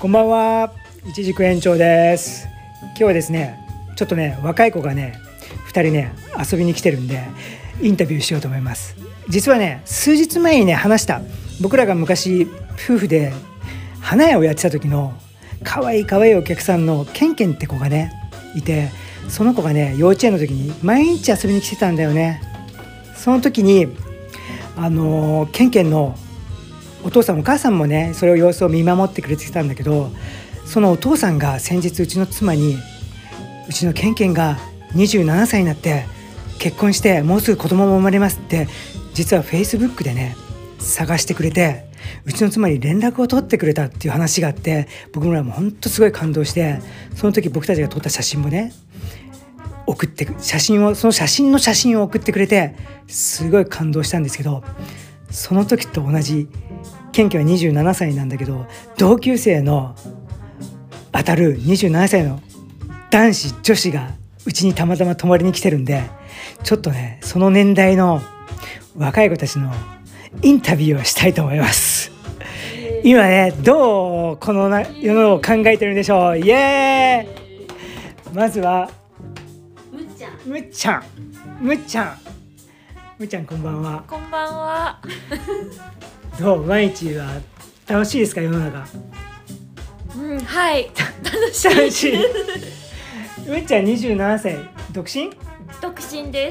こんばんは、いちじく園長です。今日はですね、ちょっとね、若い子がね、2人ね、遊びに来てるんで、インタビューしようと思います。実はね、数日前にね、話した、僕らが昔、夫婦で花屋をやってた時の、かわいいお客さんのケンケンって子がね、いて、その子がね、幼稚園の時に毎日遊びに来てたんだよね。その時に、ケンケンのお父さんお母さんもね、それを様子を見守ってくれてたんだけど、そのお父さんが先日うちの妻に、うちのケンケンが27歳になって結婚してもうすぐ子供も生まれますって実は Facebook でね探してくれて、うちの妻に連絡を取ってくれたっていう話があって、僕らも本当すごい感動して、その時僕たちが撮った写真もね送ってその写真を送ってくれて、すごい感動したんですけど、その時と同じケンケンは27歳なんだけど、同級生の当たる27歳の男子女子がうちにたまたま泊まりに来てるんで、ちょっとねその年代の若い子たちのインタビューをしたいと思います。今ねどうこの世のを考えてるんでしょう。イエーイ。まずはむっちゃんこんばんは。 こんばんは。 どう毎日は楽しいですか、世の中。 はい楽しいむっちゃん27歳、独身です。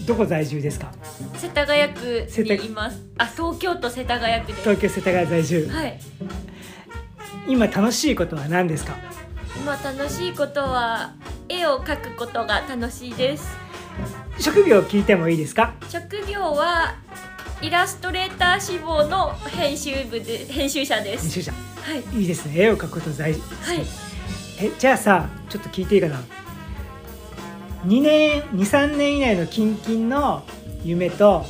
どこ在住ですか？ 世田谷区にいます。東京都世田谷区です。 東京世田谷在住。 はい。 今楽しいことは何ですか？ 今楽しいことは絵を描くことが楽しいです。 職業聞いてもいいですか？ 職業はイラストレーター志望の編集者です。 編集者。 はい。 いいですね。絵を描くこと大事。 はい。 じゃあさ、ちょっと聞いていいかな。2、3年以内の近々の夢と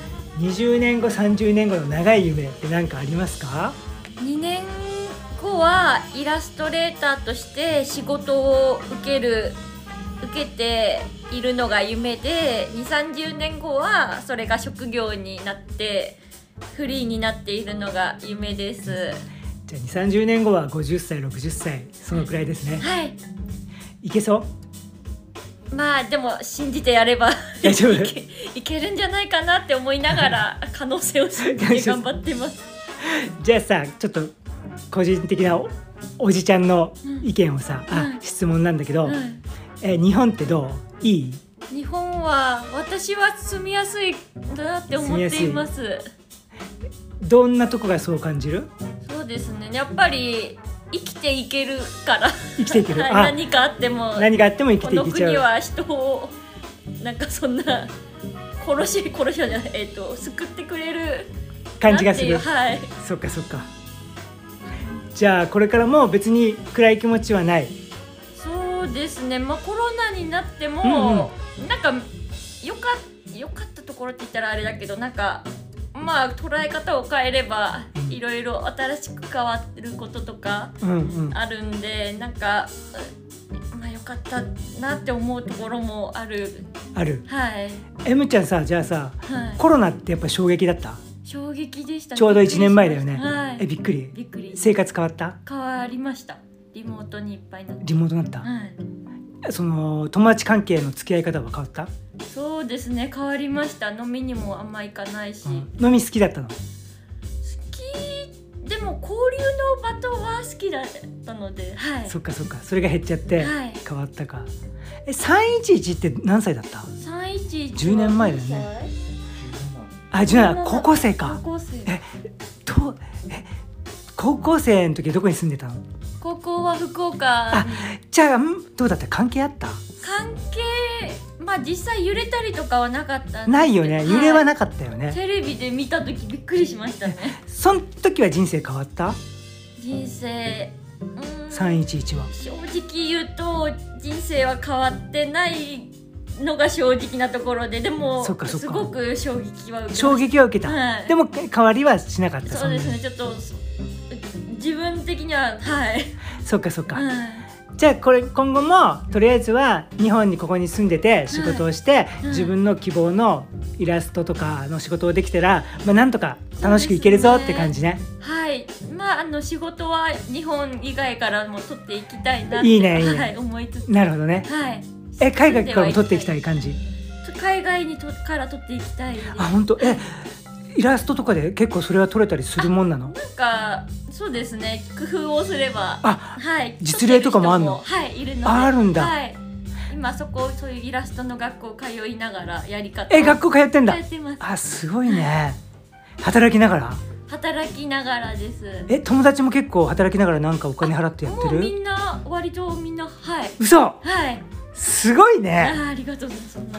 20年後、30年後の長い夢って何かありますか ？2年後はイラストレーターとして仕事を受けているのが夢で、2、30年後はそれが職業になってフリーになっているのが夢です。 じゃあ2、30年後は50歳、60歳、そのくらいですね。 はい。 いけそう？ まあでも信じてやれば大丈夫いけるんじゃないかなって思いながら可能性を信じて頑張ってます。 じゃあさ、ちょっと個人的な おじちゃんの意見をさ、質問なんだけど、日本ってどう？いい？ 日本は私は住みやすいなって思っています。 どんなとこがそう感じる？ そうですね、やっぱり生きていけるから生きていける何かあっても生きていけちゃう。 この国は人をなんかそんな殺しじゃない、救ってくれる感じがする。 はい。 そっか。じゃあこれからも別に暗い気持ちはない？ そうですね、コロナになっても、なんかよかったところって言ったらあれだけど、なんか捉え方を変えればいろいろ新しく変わることとかあるんで、なんかよかったなって思うところもある。はい。 むっちゃんさ、じゃあさ、コロナってやっぱ衝撃だった？ 衝撃でしたね。 ちょうど1年前だよね。 はい。 びっくり。生活変わった？ 変わりました。リモートにいっぱいなって。 リモートになった？はい。その友達関係の付き合い方は変わった？ そうですね、変わりました。飲みにもあんま行かないし。 飲み好きだったの？好きでも交流の場とは好きだったので、はい。そっか。 それが減っちゃって変わったか。311って何歳だった？311 10年前だよね。10年、高校生か。高校生の時はどこに住んでたの？ 高校は福岡。 じゃあどうだった？関係あった？ 関係、実際揺れたりとかはなかったんで。 ないよね、揺れはなかったよね。 テレビで見た時びっくりしましたね。 その時は人生変わった？ 人生 311は正直言うと人生は変わってないのが正直なところで、でもすごく衝撃は受けた。でも変わりはしなかった。 そうですね、ちょっと自分的にはそっか。じゃあ今後もとりあえずは日本にここに住んでて仕事をして、自分の希望のイラストとかの仕事をできたら、なんとか楽しくいけるぞって感じね。 はい、 はいまあ仕事は日本以外からも取っていきたいなっていいねいいね、 はい、思いつつなるほどね。 はい海外からも取っていきたい感じ？ 海外から取っていきたいです。 あ本当イラストとかで結構それは撮れたりするもんなの？ なんかそうですね工夫をすればはい実例とかもあるの？ はいいるのであるんだ、 はい、今そういうイラストの学校通いながらやり方学校通ってんだ？ 通ってます。 あすごいね。働きながら？ 働きながらです。 友達も結構働きながらなんかお金払ってやってる？ もうみんな割とみんなはい嘘？ はいすごいね。 ありがとうございます。そんな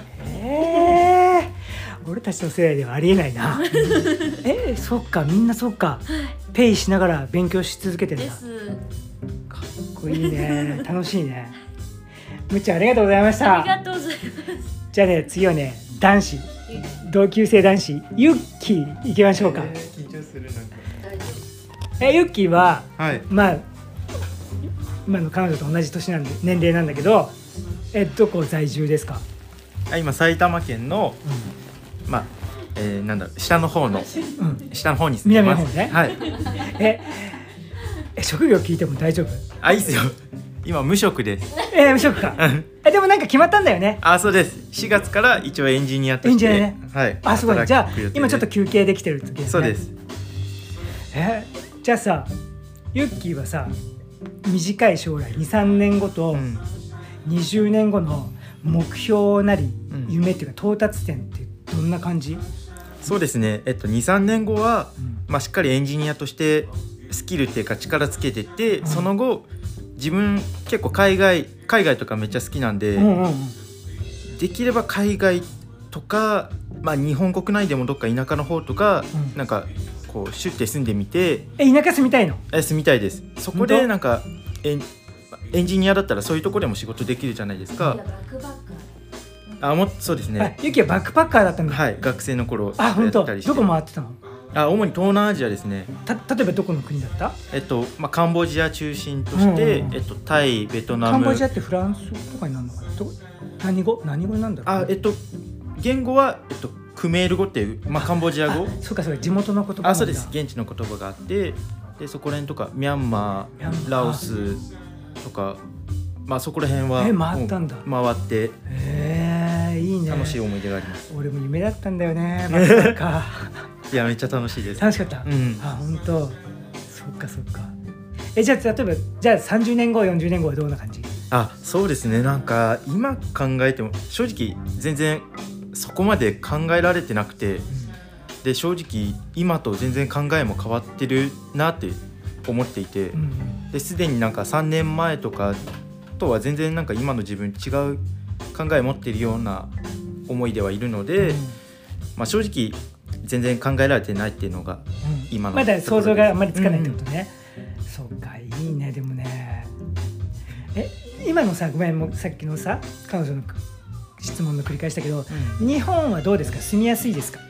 俺たちの世代ではありえないなそっかみんなそっか、ペイしながら勉強し続けてるんだ。 ですかっこいいね楽しいね。むっちゃんありがとうございました。 ありがとうございます。 じゃあね次はね男子同級生男子ユッキー行きましょうか。 緊張するなんか。 ユッキーは、 はい、 まあ今の彼女と同じ年なんで年齢なんだけどどこ在住ですか？ 今埼玉県の、まあなんだろう下の方の、下の方に住んでます。 南の方ね。はい。職業聞いても大丈夫？ いいっすよ。今無職です。 無職か。でもなんか決まったんだよね。 そうです。4月から一応エンジニアとして。 エンジニアね。 はい。 すごい。じゃあ今ちょっと休憩できてる時ですね。 そうです。 じゃあさ、ユッキーはさ、短い将来 2,3 年後と20年後の目標なり夢っていうか到達点ってどんな感じ？ そうですね。2、3年後は、しっかりエンジニアとしてスキルっていうか力つけてって、その後自分結構海外とかめっちゃ好きなんで、できれば海外とか、日本国内でもどっか田舎の方とか、なんかこうシュッて住んでみて。田舎住みたいの？ 住みたいです。そこでなんかエンジニアだったらそういうところでも仕事できるじゃないですか。そうですね。 ユキはバックパッカーだったんだ。 はい、学生の頃本当。どこ回ってたの？ 主に東南アジアですね。 例えばどこの国だった？ カンボジア中心として、タイ、ベトナム。 カンボジアってフランスとかになるのかな？何語になんだろう？ 言語はクメール語っていう、カンボジア語。 そうか地元の言葉。 そうです。現地の言葉があって、でそこら辺とかミャンマー、ラオスとか、そこら辺は回ったんだ。 回って。 いいね。 楽しい思い出があります。 俺も夢だったんだよね。 いやめっちゃ楽しいです。 楽しかった。本当。そっか。じゃあ例えば30年後40年後はどんな感じ？ そうですね。なんか今考えても正直全然そこまで考えられてなくて、で正直今と全然考えも変わってるなって思っていて、ですでになんか3年前とかとは全然なんか今の自分違う考え持っているような思いではいるので、正直全然考えられてないっていうのが今の、 まだ想像があんまりつかないってことね。そうかいいね。でもね今のさごめんもうさっきのさ彼女の質問の繰り返しだけど、日本はどうですか？住みやすいですか？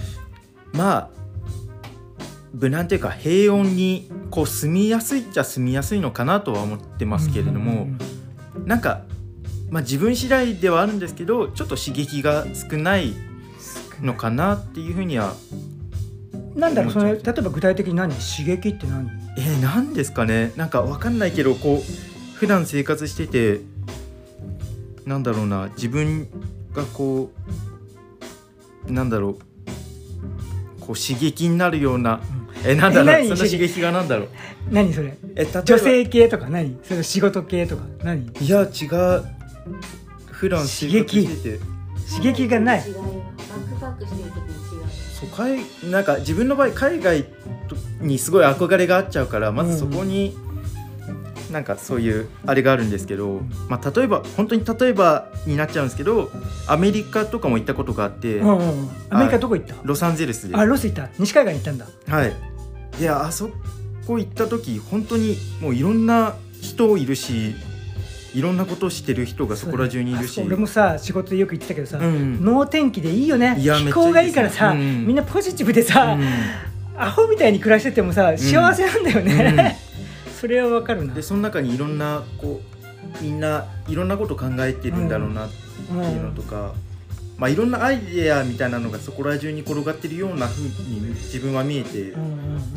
無難というか平穏にこう住みやすいっちゃ住みやすいのかなとは思ってますけれども、なんか自分次第ではあるんですけどちょっと刺激が少ないのかなっていうふうには。 なんだろうそれ例えば具体的に刺激って何？ なんですかね。なんか分かんないけどこう普段生活しててなんだろうな、自分がこうなんだろうこう刺激になるような、なんだろうその刺激がなんだろう何それ？女性系とか何？それ仕事系とか何？ いや違う。普段生活してて刺激がない。 バックパックしてる時に違う。 そうなんか自分の場合海外にすごい憧れがあっちゃうからまずそこになんかそういうあれがあるんですけど、例えば本当に例えばになっちゃうんですけどアメリカとかも行ったことがあって、 アメリカどこ行った？ ロサンゼルスで。 ロス行った。西海岸行ったんだ。 はい。であそこ行った時本当にもういろんな人いるしいろんなことをしてる人がそこら中にいるし、 俺もさ仕事でよく行ってたけどさ、能天気でいいよね。気候がいいからさ、みんなポジティブでさ、アホみたいに暮らしててもさ幸せなんだよね。それはわかるな。 でその中にいろんなこうみんないろんなこと考えてるんだろうなっていうのとか、いろんなアイデアみたいなのがそこら中に転がってるような風に自分は見えて、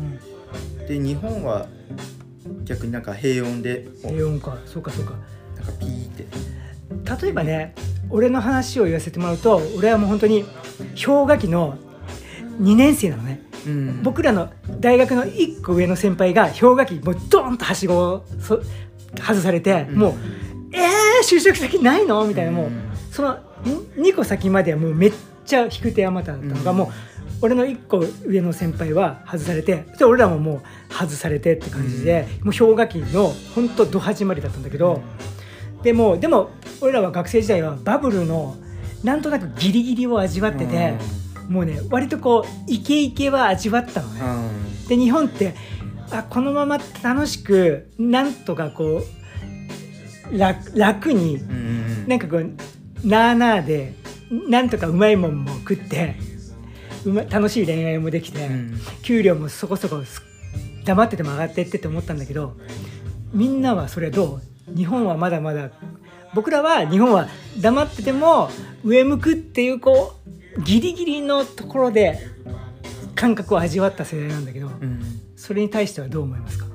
で日本は逆になんか平穏で平穏か、そうかそうか。 なんかピーって例えばね、俺の話を言わせてもらうと、俺はもう本当に氷河期の2年生なのね。僕らの大学の1個上の先輩が氷河期もうドーンとはしごを外されて、もう就職先ないのみたいな、もうその2個先まではもうめっちゃ引く手あまただったのが、もう俺の1個上の先輩は外されて、で俺らももう外されてって感じで、もう氷河期の本当ど始まりだったんだけど、でも俺らは学生時代はバブルのなんとなくギリギリを味わってて、もうね割とこうイケイケは味わったのね。で日本ってこのまま楽しくなんとかこう楽に、なんかこうなあなあでなんとかうまいもんも食って楽しい恋愛もできて、給料もそこそこ黙ってても上がっていってって思ったんだけど、みんなはそれどう？日本はまだまだ、僕らは日本は黙ってても上向くっていうこうギリギリのところで感覚を味わった世代なんだけど、それに対してはどう思いますか？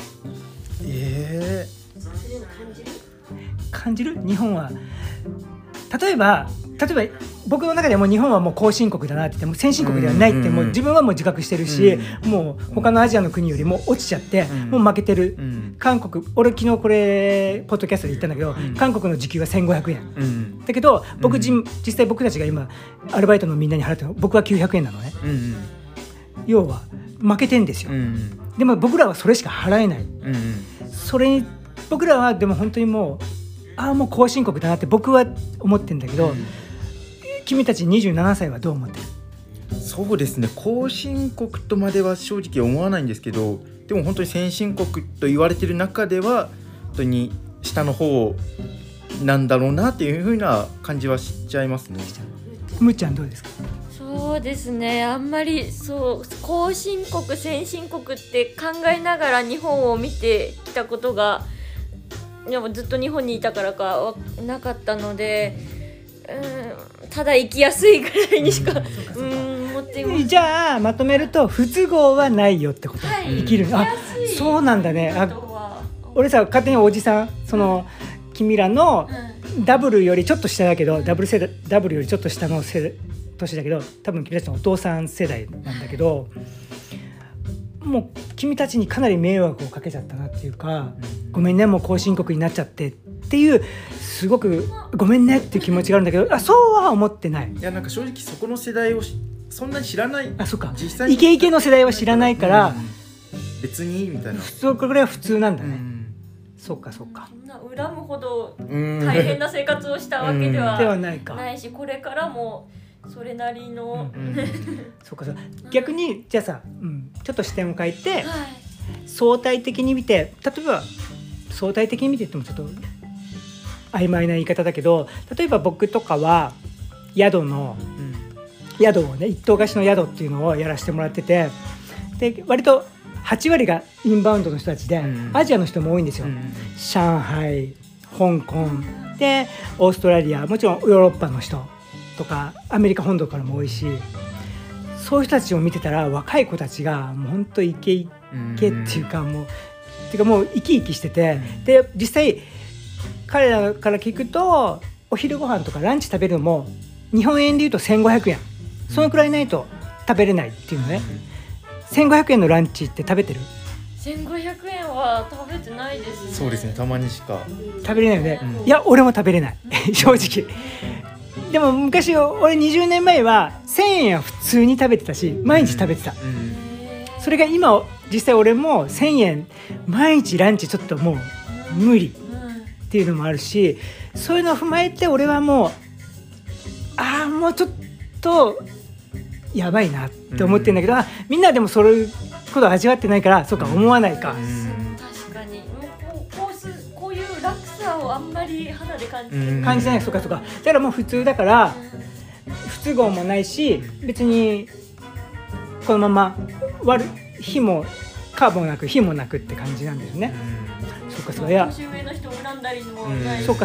感じる？日本は例えば僕の中ではもう日本はもう後進国だなって言っても先進国ではないってもう自分はもう自覚してるし、もう他のアジアの国よりも落ちちゃってもう負けてる。韓国、俺昨日これポッドキャストで言ったんだけど、韓国の時給は1500円、だけど僕実際僕たちが今アルバイトのみんなに払ってるの僕は900円なのね。要は負けてんですよ。でも僕らはそれしか払えない。それに僕らはでも本当にもうもう後進国だなって僕は思ってるんだけど、君たち27歳はどう思ってる？ そうですね、後進国とまでは正直思わないんですけど、でも本当に先進国と言われてる中では本当に下の方なんだろうなっていう風な感じはしちゃいますね。 むっちゃんどうですか？ そうですね、あんまり後進国先進国って考えながら日本を見てきたことがでもずっと日本にいたからかなかったので、ただ生きやすいぐらいにしか思っています。 じゃあまとめると不都合はないよってこと、生きる。そうなんだね。俺さ勝手におじさん、君らのダブルよりちょっと下だけど、ダブルよりちょっと下の年だけど、多分君たちのお父さん世代なんだけど、もう君たちにかなり迷惑をかけちゃったなっていうか、ごめんねもう後進国になっちゃってっていうすごくごめんねっていう気持ちがあるんだけど、そうは思ってない。 いやなんか正直そこの世代をそんなに知らない。 そうか、 実際にイケイケの世代は知らないから、 別にみたいな、 これは普通なんだね。そうか。 そんな恨むほど大変な生活をしたわけではないし、これからもそれなりの、 そうか。逆にじゃあさ、ちょっと視点を変えて、相対的に見て、例えば相対的に見てってもちょっと曖昧な言い方だけど、例えば僕とかは宿をね、一棟貸しの宿っていうのをやらせてもらってて、で割と8割がインバウンドの人たちで、アジアの人も多いんですよ。上海、香港でオーストラリア、もちろんヨーロッパの人とかアメリカ本土からも多いし、そういう人たちを見てたら若い子たちがもう本当イケイケっていうか、もう生き生きしてて、で実際彼らから聞くとお昼ご飯とかランチ食べるのも日本円でいうと1500円、そのくらいないと食べれないっていうのね。1500円のランチって食べてる ？1500円は食べてないですね。 そうですね、たまにしか食べれないよね。いや俺も食べれない正直。でも昔俺20年前は1000円は普通に食べてたし、毎日食べてた。それが今実際俺も1000円毎日ランチちょっともう無理っていうのもあるし、そういうのを踏まえて俺はもうもうちょっとやばいなって思ってるんだけど、みんなでもそういうこと味わってないから、そうか思わないか。 確かにこういう落差をあんまり肌で感じない。そうか。だからもう普通だから不都合もないし、別にこのまま日もカーボンなく火もなくって感じなんですね。そうか。いや年上の人を恨んだりもない。 そうか。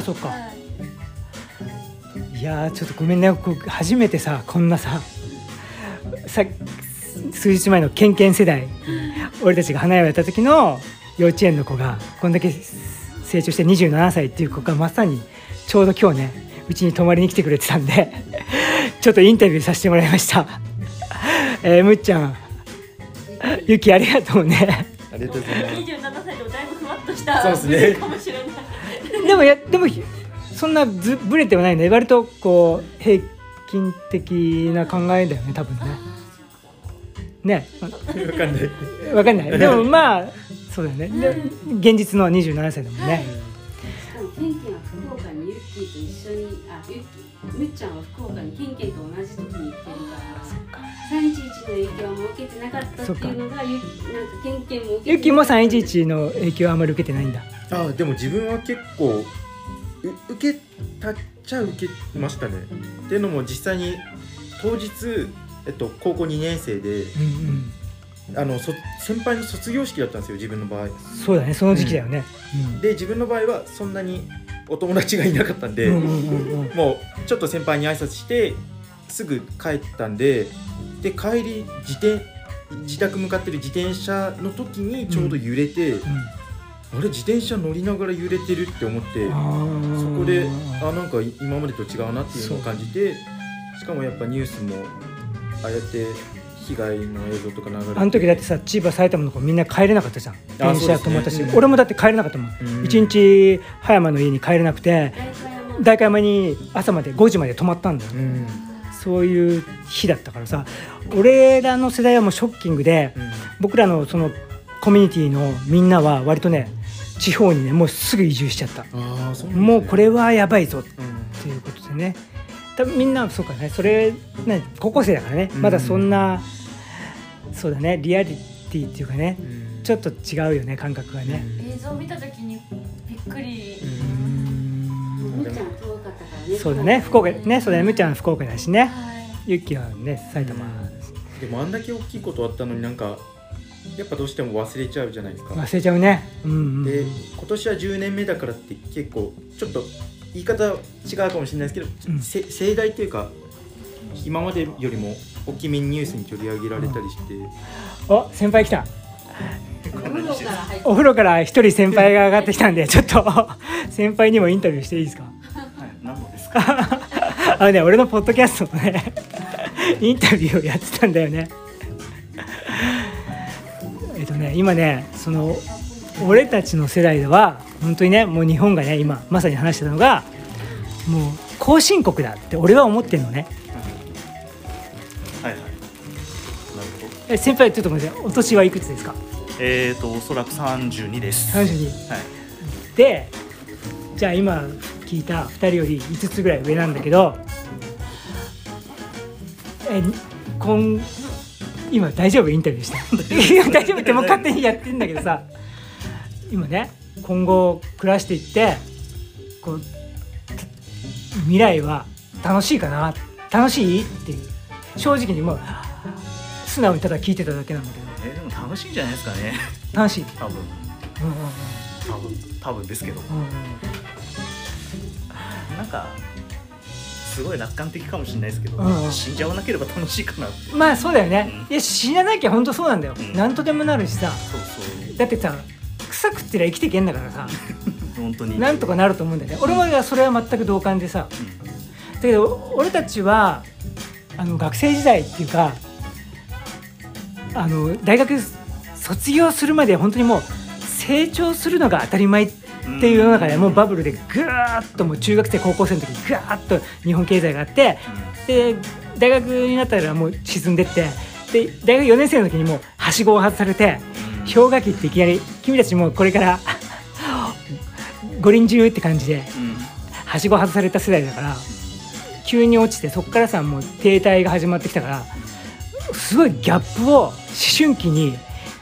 いやちょっとごめんね、初めてさこんなさ数日前のケンケン世代俺たちが花屋をやった時の幼稚園の子がこんだけ成長して27歳っていう子がまさにちょうど今日ねうちに泊まりに来てくれてたんでちょっとインタビューさせてもらいました。むっちゃん、ゆきありがとうね。 ありがとうございます。 27歳でもだいぶふわっとしたそうですねかもしれない。 でもそんなブレてはないね。割とこう平均的な考えだよね多分ね。 わかんない。 わかんない。でもまあそうだよね。で現実の27歳だもんね。 ケンケンは福岡にユッキーと一緒にむっちゃんは福岡にケンケンと同じ時に行ってるから311の影響も受けてなかったっていうのがなんかケンケンも受けてユッキーも311の影響はあんまり受けてないんだ。 でも自分は結構受けたっちゃ受けましたね。っていうのも実際に当日、高校2年生で、先輩の卒業式だったんですよ自分の場合。 そうだね、その時期だよね。 で自分の場合はそんなにお友達がいなかったんで、もうちょっと先輩に挨拶してすぐ帰ったんで、帰り自宅向かってる自転車の時にちょうど揺れて、あれ自転車乗りながら揺れてるって思って、そこでなんか今までと違うなっていうのを感じて、しかもやっぱニュースもああやって被害の映像とか流れて、 あの時だってさ、千葉埼玉の子みんな帰れなかったじゃん。電車止まったし、 ね、 俺もだって帰れなかったもん。一日葉山の家に帰れなくて、代官山に朝まで5時まで泊まったんだよね。そういう日だったからさ、俺らの世代はもうショッキングで、僕らのそのコミュニティのみんなは割とね、地方にねもうすぐ移住しちゃった。 そうなんですね。 もうこれはやばいぞっていうことでね。多分みんなそうかね、それね、高校生だからね、まだそんな、そうだね、リアリティっていうかね、ちょっと違うよね、感覚がね。 映像を見たときにびっくり。 むっちゃん遠かったからね。 そうだね、福岡ね、そうだね、むっちゃん福岡だしね、ゆっきはね埼玉。 でもあんだけ大きいことあったのになんかやっぱどうしても忘れちゃうじゃないですか。 忘れちゃうね。 で今年は10年目だからって結構ちょっと言い方違うかもしれないですけど、盛大というか今までよりも大きめにニュースに取り上げられたりして、 お、先輩来た。お風呂から一人先輩が上がってきたんで、ちょっと先輩にもインタビューしていいですか。 何のですか。 俺のポッドキャストのねインタビューをやってたんだよね。今ね、その俺たちの世代では本当にね、もう日本がね今まさに話してたのがもう後進国だって俺は思ってるのね。 はいはい。なるほど。 先輩ちょっと待って、お年はいくつですか。 おそらく32です。 32。 はい。 で、じゃあ今聞いた2人より5つぐらい上なんだけど、今大丈夫？インタビューした大丈夫ってもう勝手にやってんだけどさ、今ね、今後暮らしていってこう未来は楽しいかな、楽しいっていう、正直にもう素直にただ聞いてただけなんだけど。 でも楽しいんじゃないですかね。 楽しい。 多分ですけど、なんかすごい楽観的かもしれないですけど、死んじゃわなければ楽しいかなって。 まあそうだよね。いや、死ななきゃ本当そうなんだよ。なんとでもなるしさ。だってさ、草食ってりゃ生きていけんだからさ本当になんとかなると思うんだよね。俺もそれは全く同感でさ、だけど俺たちは学生時代っていうか大学卒業するまで本当にもう成長するのが当たり前っていう世の中で、もうバブルでぐーっともう中学生高校生の時にぐーっと日本経済があって、で大学になったらもう沈んでって、で大学4年生の時にもうはしごを外されて、氷河期っていきなり君たちもうこれから五輪中って感じではしご外された世代だから、急に落ちて、そこからさもう停滞が始まってきたから、すごいギャップを思春期に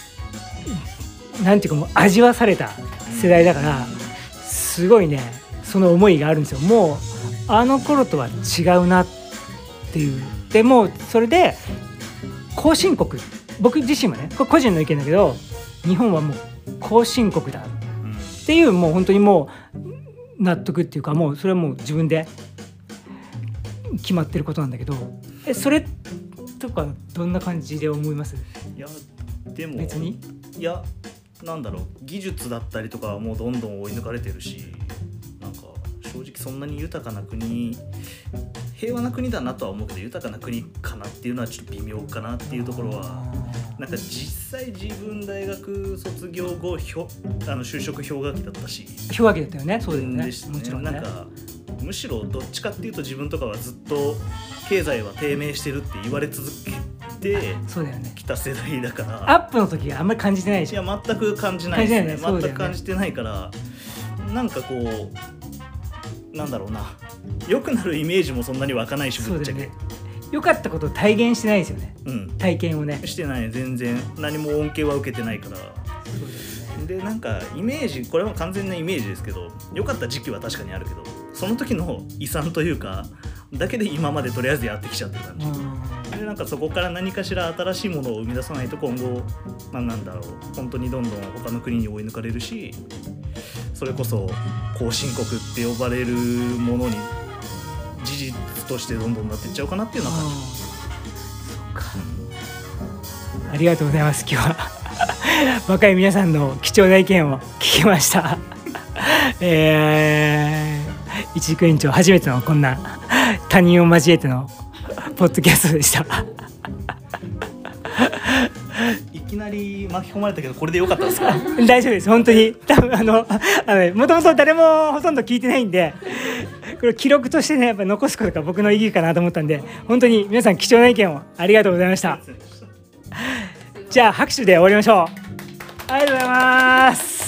なんていうかもう味わされた世代だから、すごいねその思いがあるんですよ。もうあの頃とは違うなっていう。でもそれで後進国、僕自身はね、これ個人の意見だけど、日本はもう後進国だっていう、もう本当にもう納得っていうか、もうそれはもう自分で決まってることなんだけど、それとかどんな感じで思います？ いやでも別にいやなんだろう、技術だったりとかはもうどんどん追い抜かれてるし、なんか正直そんなに豊かな国、平和な国だなとは思うけど豊かな国かなっていうのはちょっと微妙かなっていうところは、なんか実際自分大学卒業後就職氷河期だったし、 氷河期だったよね。そうだよね。 でしたね。 もちろんね。 なんかむしろどっちかっていうと自分とかはずっと経済は低迷してるって言われ続けてそうだよね。 きた世代だから、 アップの時はあんまり感じてないでしょ。 いや全く感じないですね。 そうだよね全く感じてないから、なんかこうなんだろうな、良くなるイメージもそんなに湧かないし、ぶっちゃけ。 良かったことを体現してないですよね。 うん、 体験をね。 してない、全然何も恩恵は受けてないから。でなんかイメージ、これは完全なイメージですけど、良かった時期は確かにあるけど、その時の遺産というかだけで今までとりあえずやってきちゃってる感じで、なんかそこから何かしら新しいものを生み出さないと今後、なんだろう、本当にどんどん他の国に追い抜かれるし、それこそ後進国って呼ばれるものに事実としてどんどんなっていっちゃうかなっていうような感じ。 そうか、ありがとうございます。今日は若い皆さんの貴重な意見を聞きました一軸園長初めてのこんな他人を交えてのポッドキャストでしたいきなり巻き込まれたけどこれでよかったですか？ 大丈夫です、本当に。多分もともと誰もほとんど聞いてないんで、これ記録としてねやっぱ残すことが僕の意義かなと思ったんで、本当に皆さん貴重な意見をありがとうございました。じゃあ拍手で終わりましょう。ありがとうございます。